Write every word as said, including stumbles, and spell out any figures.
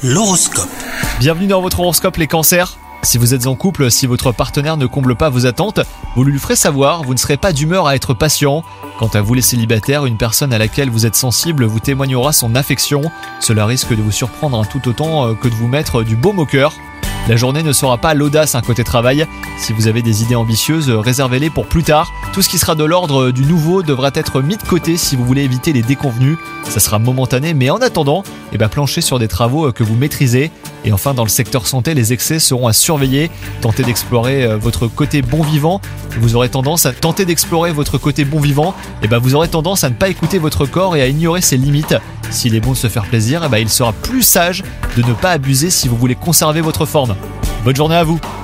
L'horoscope. Bienvenue dans votre horoscope les cancers. Si vous êtes en couple, si votre partenaire ne comble pas vos attentes, vous lui ferez savoir, vous ne serez pas d'humeur à être patient. Quant à vous les célibataires, une personne à laquelle vous êtes sensible vous témoignera son affection. Cela risque de vous surprendre un tout autant que de vous mettre du baume au cœur. La journée ne sera pas l'audace un côté travail. Si vous avez des idées ambitieuses, réservez-les pour plus tard. Tout ce qui sera de l'ordre du nouveau devra être mis de côté si vous voulez éviter les déconvenus. Ça sera momentané, mais en attendant, eh ben, planchez sur des travaux que vous maîtrisez. Et enfin, dans le secteur santé, les excès seront à surveiller. Tentez d'explorer votre côté bon vivant. Vous aurez tendance à tenter d'explorer votre côté bon vivant. Et ben, vous aurez tendance à ne pas écouter votre corps et à ignorer ses limites. S'il est bon de se faire plaisir, eh ben, il sera plus sage de ne pas abuser si vous voulez conserver votre forme. Bonne journée à vous!